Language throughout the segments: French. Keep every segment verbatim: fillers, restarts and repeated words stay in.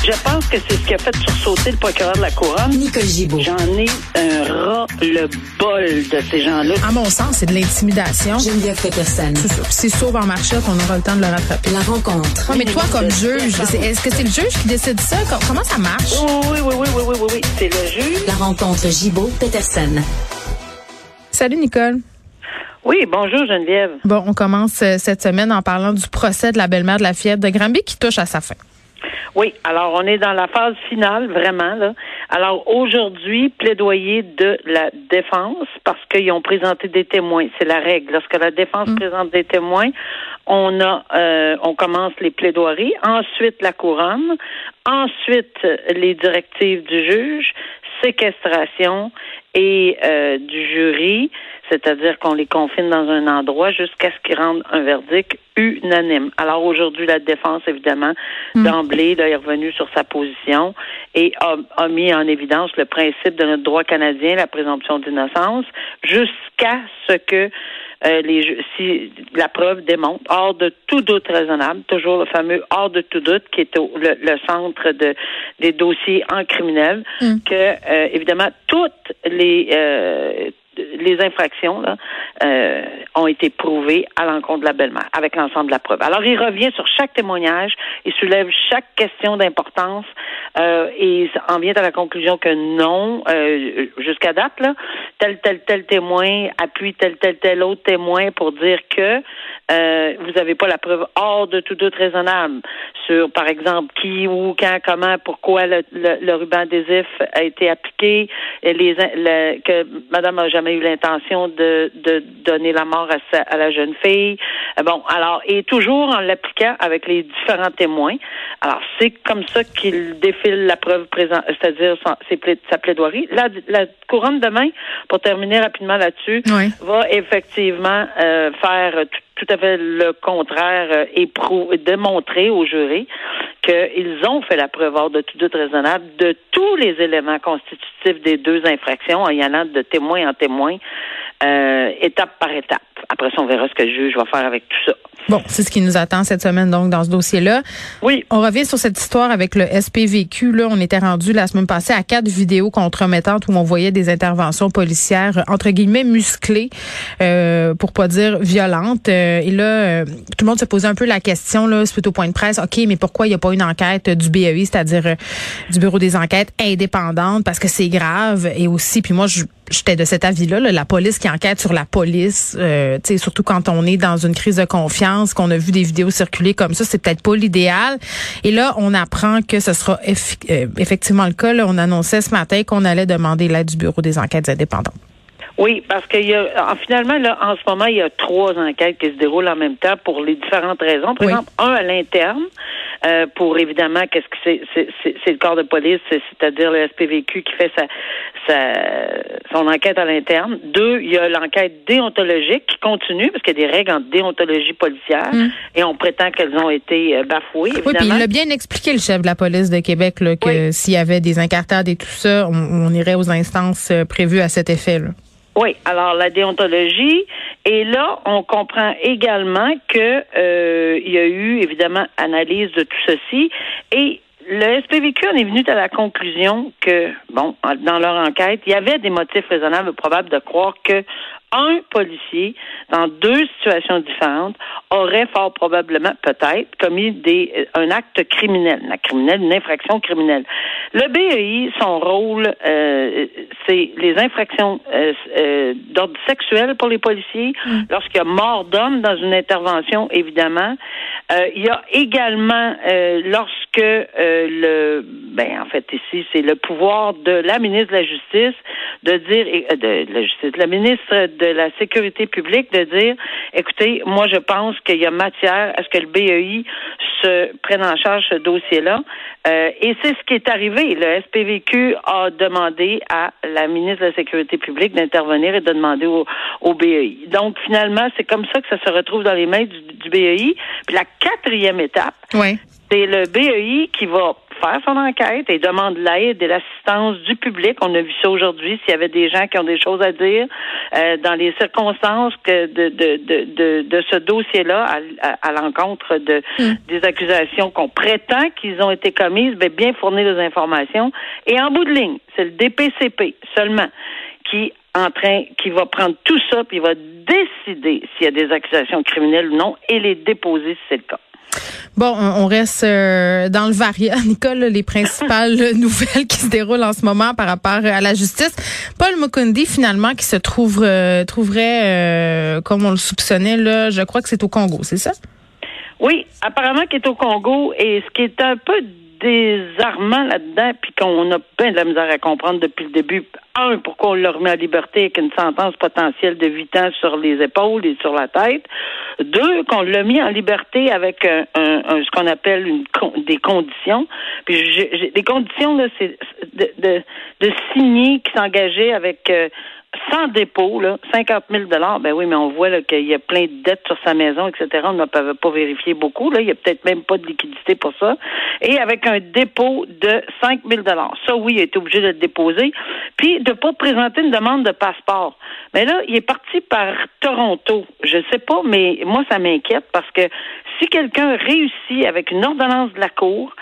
Je pense que c'est ce qui a fait sursauter le procureur de la Couronne. Nicole Gibault. J'en ai un ras-le-bol de ces gens-là. À mon sens, c'est de l'intimidation. Geneviève Peterson. C'est ça. C'est sauve en marchette, on aura le temps de le rattraper. La rencontre. Ouais, mais toi, comme juge, c'est, est-ce que c'est le juge qui décide ça? Comment ça marche? Oui, oui, oui, oui, oui, oui, oui. C'est le juge. La rencontre Gibault-Peterson. Salut, Nicole. Oui, bonjour Geneviève. Bon, on commence euh, cette semaine en parlant du procès de la belle-mère de la fillette de Granby qui touche à sa fin. Oui, alors on est dans la phase finale, vraiment, là. Alors aujourd'hui, plaidoyer de la défense, parce qu'ils ont présenté des témoins. C'est la règle. Lorsque la défense mmh. présente des témoins, on a euh, on commence les plaidoiries, ensuite la couronne, ensuite les directives du juge, séquestration et euh, du jury, c'est-à-dire qu'on les confine dans un endroit jusqu'à ce qu'ils rendent un verdict unanime. Alors aujourd'hui, la défense, évidemment, mmh. d'emblée, là, est revenue sur sa position et a, a mis en évidence le principe de notre droit canadien, la présomption d'innocence, jusqu'à ce que euh, les si la preuve démontre, hors de tout doute raisonnable, toujours le fameux hors de tout doute qui est au, le, le centre de des dossiers en criminel, mmh. que euh, évidemment toutes les euh, les infractions là, euh, ont été prouvées à l'encontre de la belle-mère, avec l'ensemble de la preuve. Alors, il revient sur chaque témoignage, il soulève chaque question d'importance euh, et en vient à la conclusion que non, euh, jusqu'à date, là, tel, tel, tel témoin appuie tel, tel, tel autre témoin pour dire que euh, vous n'avez pas la preuve hors de tout doute raisonnable sur, par exemple, qui, où, quand, comment, pourquoi le, le, le ruban adhésif a été appliqué, les, le, que madame a jamais eu l'intention de, de donner la mort à, sa, à la jeune fille. Bon, alors, et toujours en l'appliquant avec les différents témoins. Alors, c'est comme ça qu'il défile la preuve présente, c'est-à-dire son, ses pla- sa plaidoirie. La, la couronne demain, pour terminer rapidement là-dessus, oui. va effectivement euh, faire tout, tout à fait le contraire euh, et prou- démontrer aux jurés qu'ils ont fait la preuve hors de tout doute raisonnable de tous les éléments constitutifs des deux infractions, en y allant de témoin en témoin, euh, étape par étape. Après ça, on verra ce que le juge va faire avec tout ça. Bon, c'est ce qui nous attend cette semaine, donc, dans ce dossier-là. Oui. On revient sur cette histoire avec le S P V Q. Là, on était rendu la semaine passée à quatre vidéos compromettantes où on voyait des interventions policières, entre guillemets, musclées, euh, pour pas dire violentes. Euh, et là, euh, tout le monde se posait un peu la question, là, suite au point de presse. OK, mais pourquoi il n'y a pas une enquête du B E I, c'est-à-dire euh, du Bureau des enquêtes indépendante, parce que c'est grave. Et aussi, puis moi, je j'étais de cet avis-là, là, la police qui enquête sur la police, euh, tu sais, surtout quand on est dans une crise de confiance, qu'on a vu des vidéos circuler comme ça, c'est peut-être pas l'idéal. Et là, on apprend que ce sera eff- euh, effectivement le cas. Là, on annonçait ce matin qu'on allait demander l'aide du Bureau des enquêtes indépendantes. Oui, parce qu'il y a, finalement, là, en ce moment, il y a trois enquêtes qui se déroulent en même temps pour les différentes raisons. Par oui. exemple, un à l'interne, euh, pour évidemment, qu'est-ce que c'est, c'est, c'est, c'est le corps de police, c'est, c'est-à-dire le S P V Q qui fait sa, sa, son enquête à l'interne. Deux, il y a l'enquête déontologique qui continue, parce qu'il y a des règles en déontologie policière, mm. et on prétend qu'elles ont été euh, bafouées, évidemment. Oui, puis il l'a bien expliqué, le chef de la police de Québec, là, que oui. s'il y avait des incartades et tout ça, on, on irait aux instances euh, prévues à cet effet, là. Oui, alors la déontologie, et là, on comprend également que euh, il y a eu, évidemment, analyse de tout ceci, et le S P V Q en est venu à la conclusion que, bon, dans leur enquête, il y avait des motifs raisonnables et probables de croire que un policier, dans deux situations différentes, aurait fort probablement, peut-être, commis des, un acte criminel, un acte criminel, une infraction criminelle. Le B E I, son rôle, euh, c'est les infractions euh, euh, d'ordre sexuel pour les policiers, mmh. lorsqu'il y a mort d'homme dans une intervention, évidemment. Euh, il y a également, euh, lorsque euh, le, ben en fait ici, c'est le pouvoir de la ministre de la Justice de dire, euh, de, de la Justice, la ministre de la Sécurité publique de dire, écoutez, moi je pense qu'il y a matière à ce que le B E I se prenne en charge ce dossier-là. Euh, et c'est ce qui est arrivé. Le S P V Q a demandé à la ministre de la Sécurité publique d'intervenir et de demander au, au B E I. Donc finalement, c'est comme ça que ça se retrouve dans les mains du, du B E I. Puis la quatrième étape, oui. c'est le B E I qui va faire son enquête et demande l'aide et l'assistance du public. On a vu ça aujourd'hui, s'il y avait des gens qui ont des choses à dire euh, dans les circonstances que de, de, de, de, de ce dossier-là à, à, à l'encontre de mm. des accusations qu'on prétend qu'ils ont été commises, bien, bien fournir les informations. Et en bout de ligne, c'est le D P C P seulement qui en train, qui va prendre tout ça puis va décider s'il y a des accusations criminelles ou non et les déposer si c'est le cas. Bon, on reste euh, dans le variant, Nicole, les principales nouvelles qui se déroulent en ce moment par rapport à la justice. Paul Mukundi, finalement, qui se trouve euh, trouverait, euh, comme on le soupçonnait, là, je crois que c'est au Congo, c'est ça? Oui, apparemment qu'il est au Congo, et ce qui est un peu désarmant là-dedans, puis qu'on a bien de la misère à comprendre depuis le début. Un, pourquoi on l'a remis en liberté avec une sentence potentielle de huit ans sur les épaules et sur la tête. Deux, qu'on l'a mis en liberté avec un, un, un ce qu'on appelle une, des conditions. Puis j'ai, j'ai, des conditions, là, c'est de, de, de signer, qui s'engageait avec euh, sans dépôt, là, cinquante mille dollars, ben oui, mais on voit là, qu'il y a plein de dettes sur sa maison, et cetera. On n'a pas, pas vérifié beaucoup. Là, il n'y a peut-être même pas de liquidité pour ça. Et avec un dépôt de cinq mille dollars. Ça, oui, il a été obligé de le déposer. Puis de ne pas présenter une demande de passeport. Mais là, il est parti par Toronto. Je sais pas, mais moi, ça m'inquiète parce que si quelqu'un réussit avec une ordonnance de la Cour,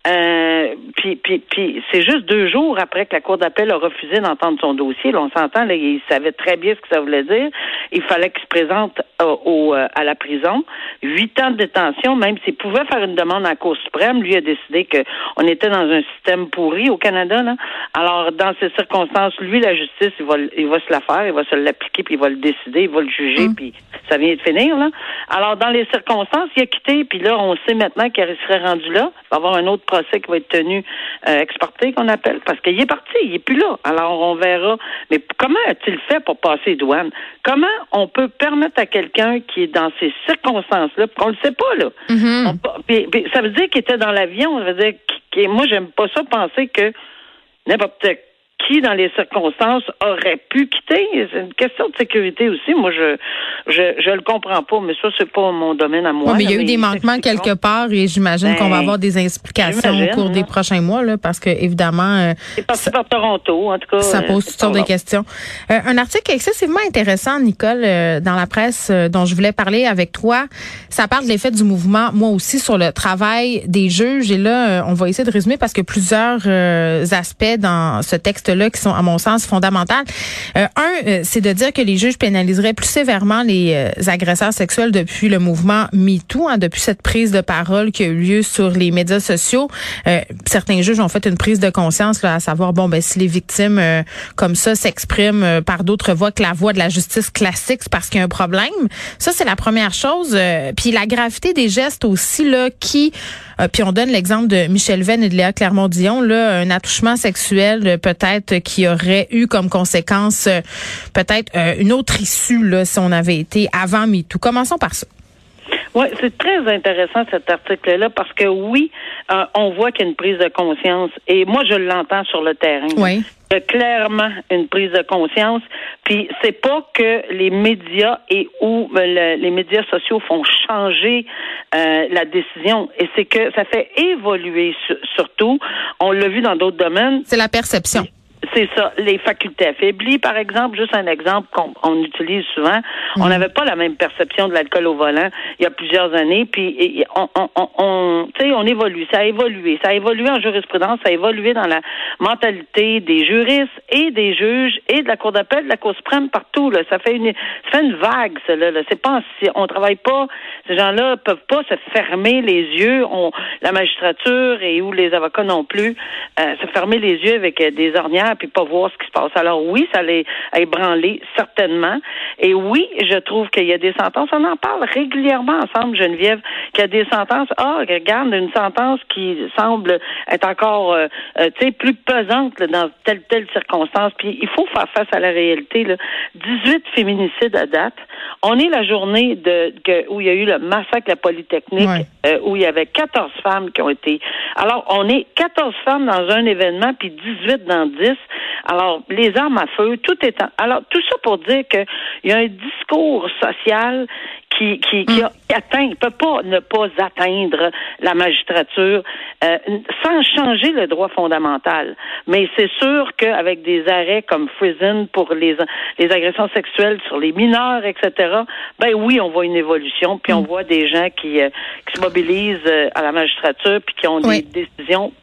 Euh, puis, puis, puis c'est juste deux jours après que la Cour d'appel a refusé d'entendre son dossier. Là, on s'entend, là, il savait très bien ce que ça voulait dire. Il fallait qu'il se présente euh, au, euh, à la prison. Huit ans de détention, même s'il pouvait faire une demande à la Cour suprême, lui a décidé qu'on était dans un système pourri au Canada. Là. Alors, dans ces circonstances, lui, la justice, il va, il va se la faire, il va se l'appliquer, puis il va le décider, il va le juger, mmh. puis ça vient de finir. Là. Alors, dans les circonstances, il a quitté, puis là, on sait maintenant qu'il serait rendu là. Il va y avoir un autre procès qui va être tenu euh, exporté, qu'on appelle, parce qu'il est parti, il est plus là. Alors, on verra. Mais comment a-t-il fait pour passer les douanes? Comment on peut permettre à quelqu'un qui est dans ces circonstances-là, qu'on le sait pas, là? Mm-hmm. On, pis, pis, ça veut dire qu'il était dans l'avion, ça veut dire que moi, j'aime pas ça penser que n'importe qui, dans les circonstances, aurait pu quitter. C'est une question de sécurité aussi. Moi, je je, je le comprends pas, mais ça, c'est pas mon domaine à moi. Oui, mais il y a là, eu des manquements quelque part et j'imagine ben, qu'on va avoir des explications au cours hein. des prochains mois, là, parce que, évidemment... Euh, c'est parti ça, par Toronto, en tout cas. Ça pose euh, toutes sortes de questions. Euh, un article excessivement intéressant, Nicole, euh, dans la presse euh, dont je voulais parler avec toi. Ça parle de l'effet du mouvement, moi aussi, sur le travail des juges. Et là, euh, on va essayer de résumer parce que plusieurs euh, aspects dans ce texte-là qui sont, à mon sens, fondamentaux. Euh, un, euh, c'est de dire que les juges pénaliseraient plus sévèrement les euh, agresseurs sexuels depuis le mouvement MeToo, hein, depuis cette prise de parole qui a eu lieu sur les médias sociaux. Euh, certains juges ont fait une prise de conscience, là, à savoir, bon, ben si les victimes euh, comme ça s'expriment euh, par d'autres voies que la voie de la justice classique, c'est parce qu'il y a un problème. Ça, c'est la première chose. Euh, puis la gravité des gestes aussi, là, qui... Euh, puis on donne l'exemple de Michel Venn et de Léa Clermont-Dion, là, un attouchement sexuel euh, peut-être qui aurait eu comme conséquence euh, peut-être euh, une autre issue là, si on avait été avant MeToo. Commençons par ça. Oui, c'est très intéressant cet article-là parce que oui, euh, on voit qu'il y a une prise de conscience et moi je l'entends sur le terrain. Oui. Il y a clairement une prise de conscience. Puis c'est pas que les médias et où le, les médias sociaux font changer euh, la décision, et c'est que ça fait évoluer su- surtout. On l'a vu dans d'autres domaines. C'est la perception. C'est ça, les facultés affaiblies, par exemple, juste un exemple qu'on on utilise souvent. Mmh. On n'avait pas la même perception de l'alcool au volant il y a plusieurs années, puis on, on, on, on tu sais, on évolue, ça a évolué, ça a évolué en jurisprudence, ça a évolué dans la mentalité des juristes et des juges et de la Cour d'appel, de la Cour suprême, partout. Là, ça fait une, ça fait une vague, ça là. là. C'est pas, on travaille pas, ces gens-là peuvent pas se fermer les yeux. On, la magistrature et ou les avocats non plus, euh, se fermer les yeux avec euh, des ornières puis pas voir ce qui se passe. Alors oui, ça allait ébranler certainement. Et oui, je trouve qu'il y a des sentences. On en parle régulièrement ensemble, Geneviève, qu'il y a des sentences. Ah, regarde, une sentence qui semble être encore, euh, euh, tu sais, plus pesante là, dans telle telle circonstance. Puis il faut faire face à la réalité. Là. dix-huit féminicides à date. On est la journée de que, où il y a eu le massacre à la Polytechnique, ouais. euh, où il y avait quatorze femmes qui ont été. Alors, on est quatorze femmes dans un événement, puis dix-huit dans dix. Alors, les armes à feu, tout est... En... Alors, tout ça pour dire qu'il y a un discours social qui qui, qui, a, qui atteint, il peut pas ne pas atteindre la magistrature euh, sans changer le droit fondamental. Mais c'est sûr qu'avec des arrêts comme Friesen pour les les agressions sexuelles sur les mineurs, et cetera. Ben oui, on voit une évolution, puis on voit des gens qui euh, qui se mobilisent euh, à la magistrature, puis qui ont oui. des décisions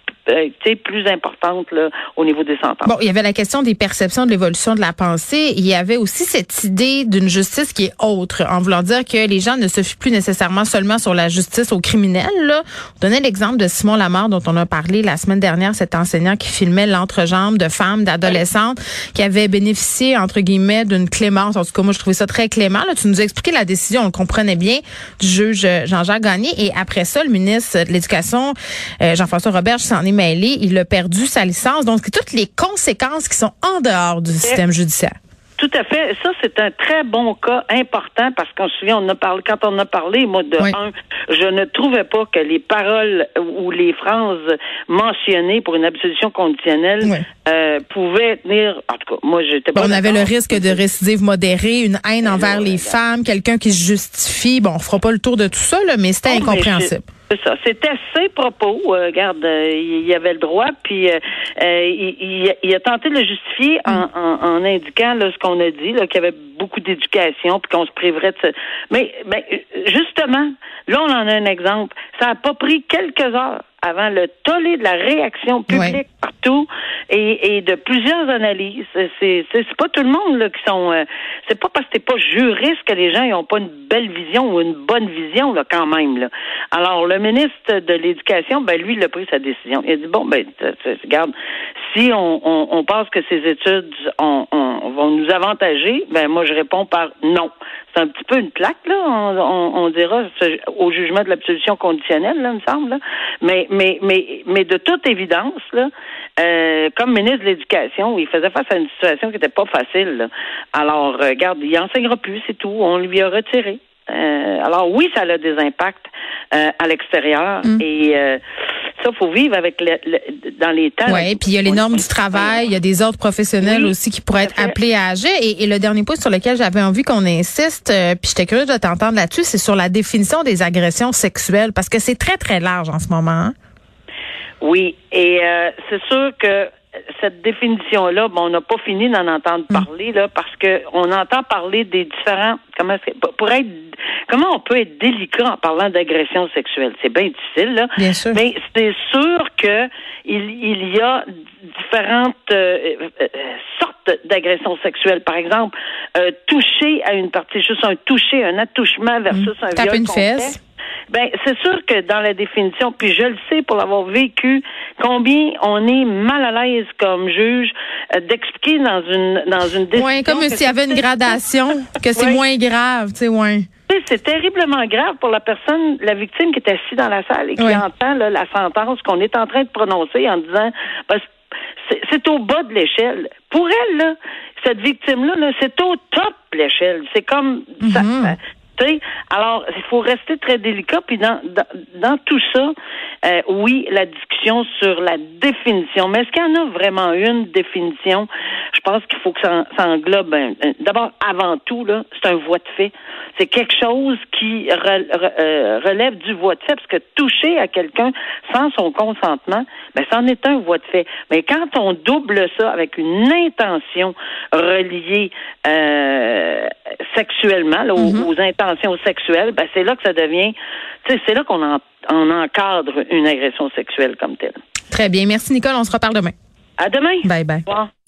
Euh, plus importante là, au niveau des sentences. Bon, il y avait la question des perceptions de l'évolution de la pensée. Il y avait aussi cette idée d'une justice qui est autre, en voulant dire que les gens ne se fient plus nécessairement seulement sur la justice aux criminels. Là. On donnait l'exemple de Simon Lamar, dont on a parlé la semaine dernière, cet enseignant qui filmait l'entrejambe de femmes, d'adolescentes, qui avaient bénéficié, entre guillemets, d'une clémence. En tout cas, moi, je trouvais ça très clément. Là, tu nous as expliqué la décision, on le comprenait bien, du juge Jean-Jacques Gagné. Et après ça, le ministre de l'Éducation, euh, Jean-François Roberge, s'en est mêlé. Il a perdu sa licence. Donc, toutes les conséquences qui sont en dehors du système judiciaire. Tout à fait. Ça, c'est un très bon cas important parce qu'on se souvient, on a parlé, quand on a parlé, moi, de oui. un, je ne trouvais pas que les paroles ou les phrases mentionnées pour une absolution conditionnelle oui. euh, pouvaient tenir. En tout cas, moi, j'étais pas. Bon, on avait le risque de récidive modérée, une haine envers les femmes, quelqu'un qui se justifie. Bon, on fera pas le tour de tout ça, là, mais c'était oh, incompréhensible. C'est ça. C'était ses propos. Euh, regarde, euh, il y avait le droit, puis euh, euh, il, il, il a tenté de le justifier mm. en, en, en indiquant là, ce qu'on a dit, là, qu'il y avait beaucoup d'éducation, puis qu'on se priverait de ça. Mais, mais justement, là, on en a un exemple. Ça n'a pas pris quelques heures avant le tollé de la réaction publique ouais. partout et, et de plusieurs analyses. C'est, c'est, c'est pas tout le monde là qui sont. Euh, c'est pas parce que t'es pas juriste que les gens ils ont pas une belle vision ou une bonne vision là quand même là. Alors le ministre de l'Éducation, ben lui il a pris sa décision. Il a dit bon ben regarde, si on, on, on pense que ces études on, on, vont nous avantager, ben moi je réponds par non. C'est un petit peu une plaque là. On, on, on dira au jugement de l'absolution conditionnelle là, il me semble là. Mais Mais, mais, mais de toute évidence, là, euh, comme ministre de l'Éducation, il faisait face à une situation qui n'était pas facile. Là. Alors, euh, regarde, il n'enseignera plus, c'est tout. On lui a retiré. Euh, alors oui, ça a des impacts euh, à l'extérieur. Mm. Et euh, ça, il faut vivre avec le, le, dans les temps. Oui, puis il y a les normes du travail, il y a des ordres professionnels oui, aussi qui pourraient être appelés à agir. Et, et le dernier point sur lequel j'avais envie qu'on insiste, euh, puis j'étais curieuse de t'entendre là-dessus, c'est sur la définition des agressions sexuelles, parce que c'est très, très large en ce moment. Hein? Oui, et euh, c'est sûr que cette définition-là, bon, on n'a pas fini d'en entendre parler, là, parce que on entend parler des différents, comment c'est, pour être, comment on peut être délicat en parlant d'agression sexuelle? C'est bien difficile, là. Bien sûr. Mais c'est sûr que il, il y a différentes euh, euh, sortes d'agressions sexuelles. Par exemple, euh, toucher à une partie, juste un toucher, un attouchement versus mmh. un Tape viol une complet. fesse. Ben, c'est sûr que dans la définition, puis je le sais pour l'avoir vécu, combien on est mal à l'aise comme juge euh, d'expliquer dans une dans une décision. Oui, comme s'il y avait une gradation, que c'est oui. moins grave, tu sais, ouais. C'est terriblement grave pour la personne, la victime qui est assise dans la salle et qui oui. entend là, la sentence qu'on est en train de prononcer en disant, ben, c'est, c'est au bas de l'échelle. Pour elle, là, cette victime-là, là, c'est au top de l'échelle. C'est comme mm-hmm. ça. ça Alors, il faut rester très délicat. Puis dans, dans, dans tout ça, euh, oui, la discussion sur la définition. Mais est-ce qu'il y en a vraiment une définition? Je pense qu'il faut que ça, ça englobe. Un, un, d'abord, avant tout, là, c'est un voie de fait. C'est quelque chose qui re, re, euh, relève du voie de fait, parce que toucher à quelqu'un sans son consentement, ben, c'en est un voie de fait. Mais quand on double ça avec une intention reliée euh, sexuellement, là, mm-hmm. aux, aux intentions sexuelles, ben, c'est là que ça devient, tu sais, c'est là qu'on en, on encadre une agression sexuelle comme telle. Très bien. Merci, Nicole. On se reparle demain. À demain. Bye bye. Au revoir.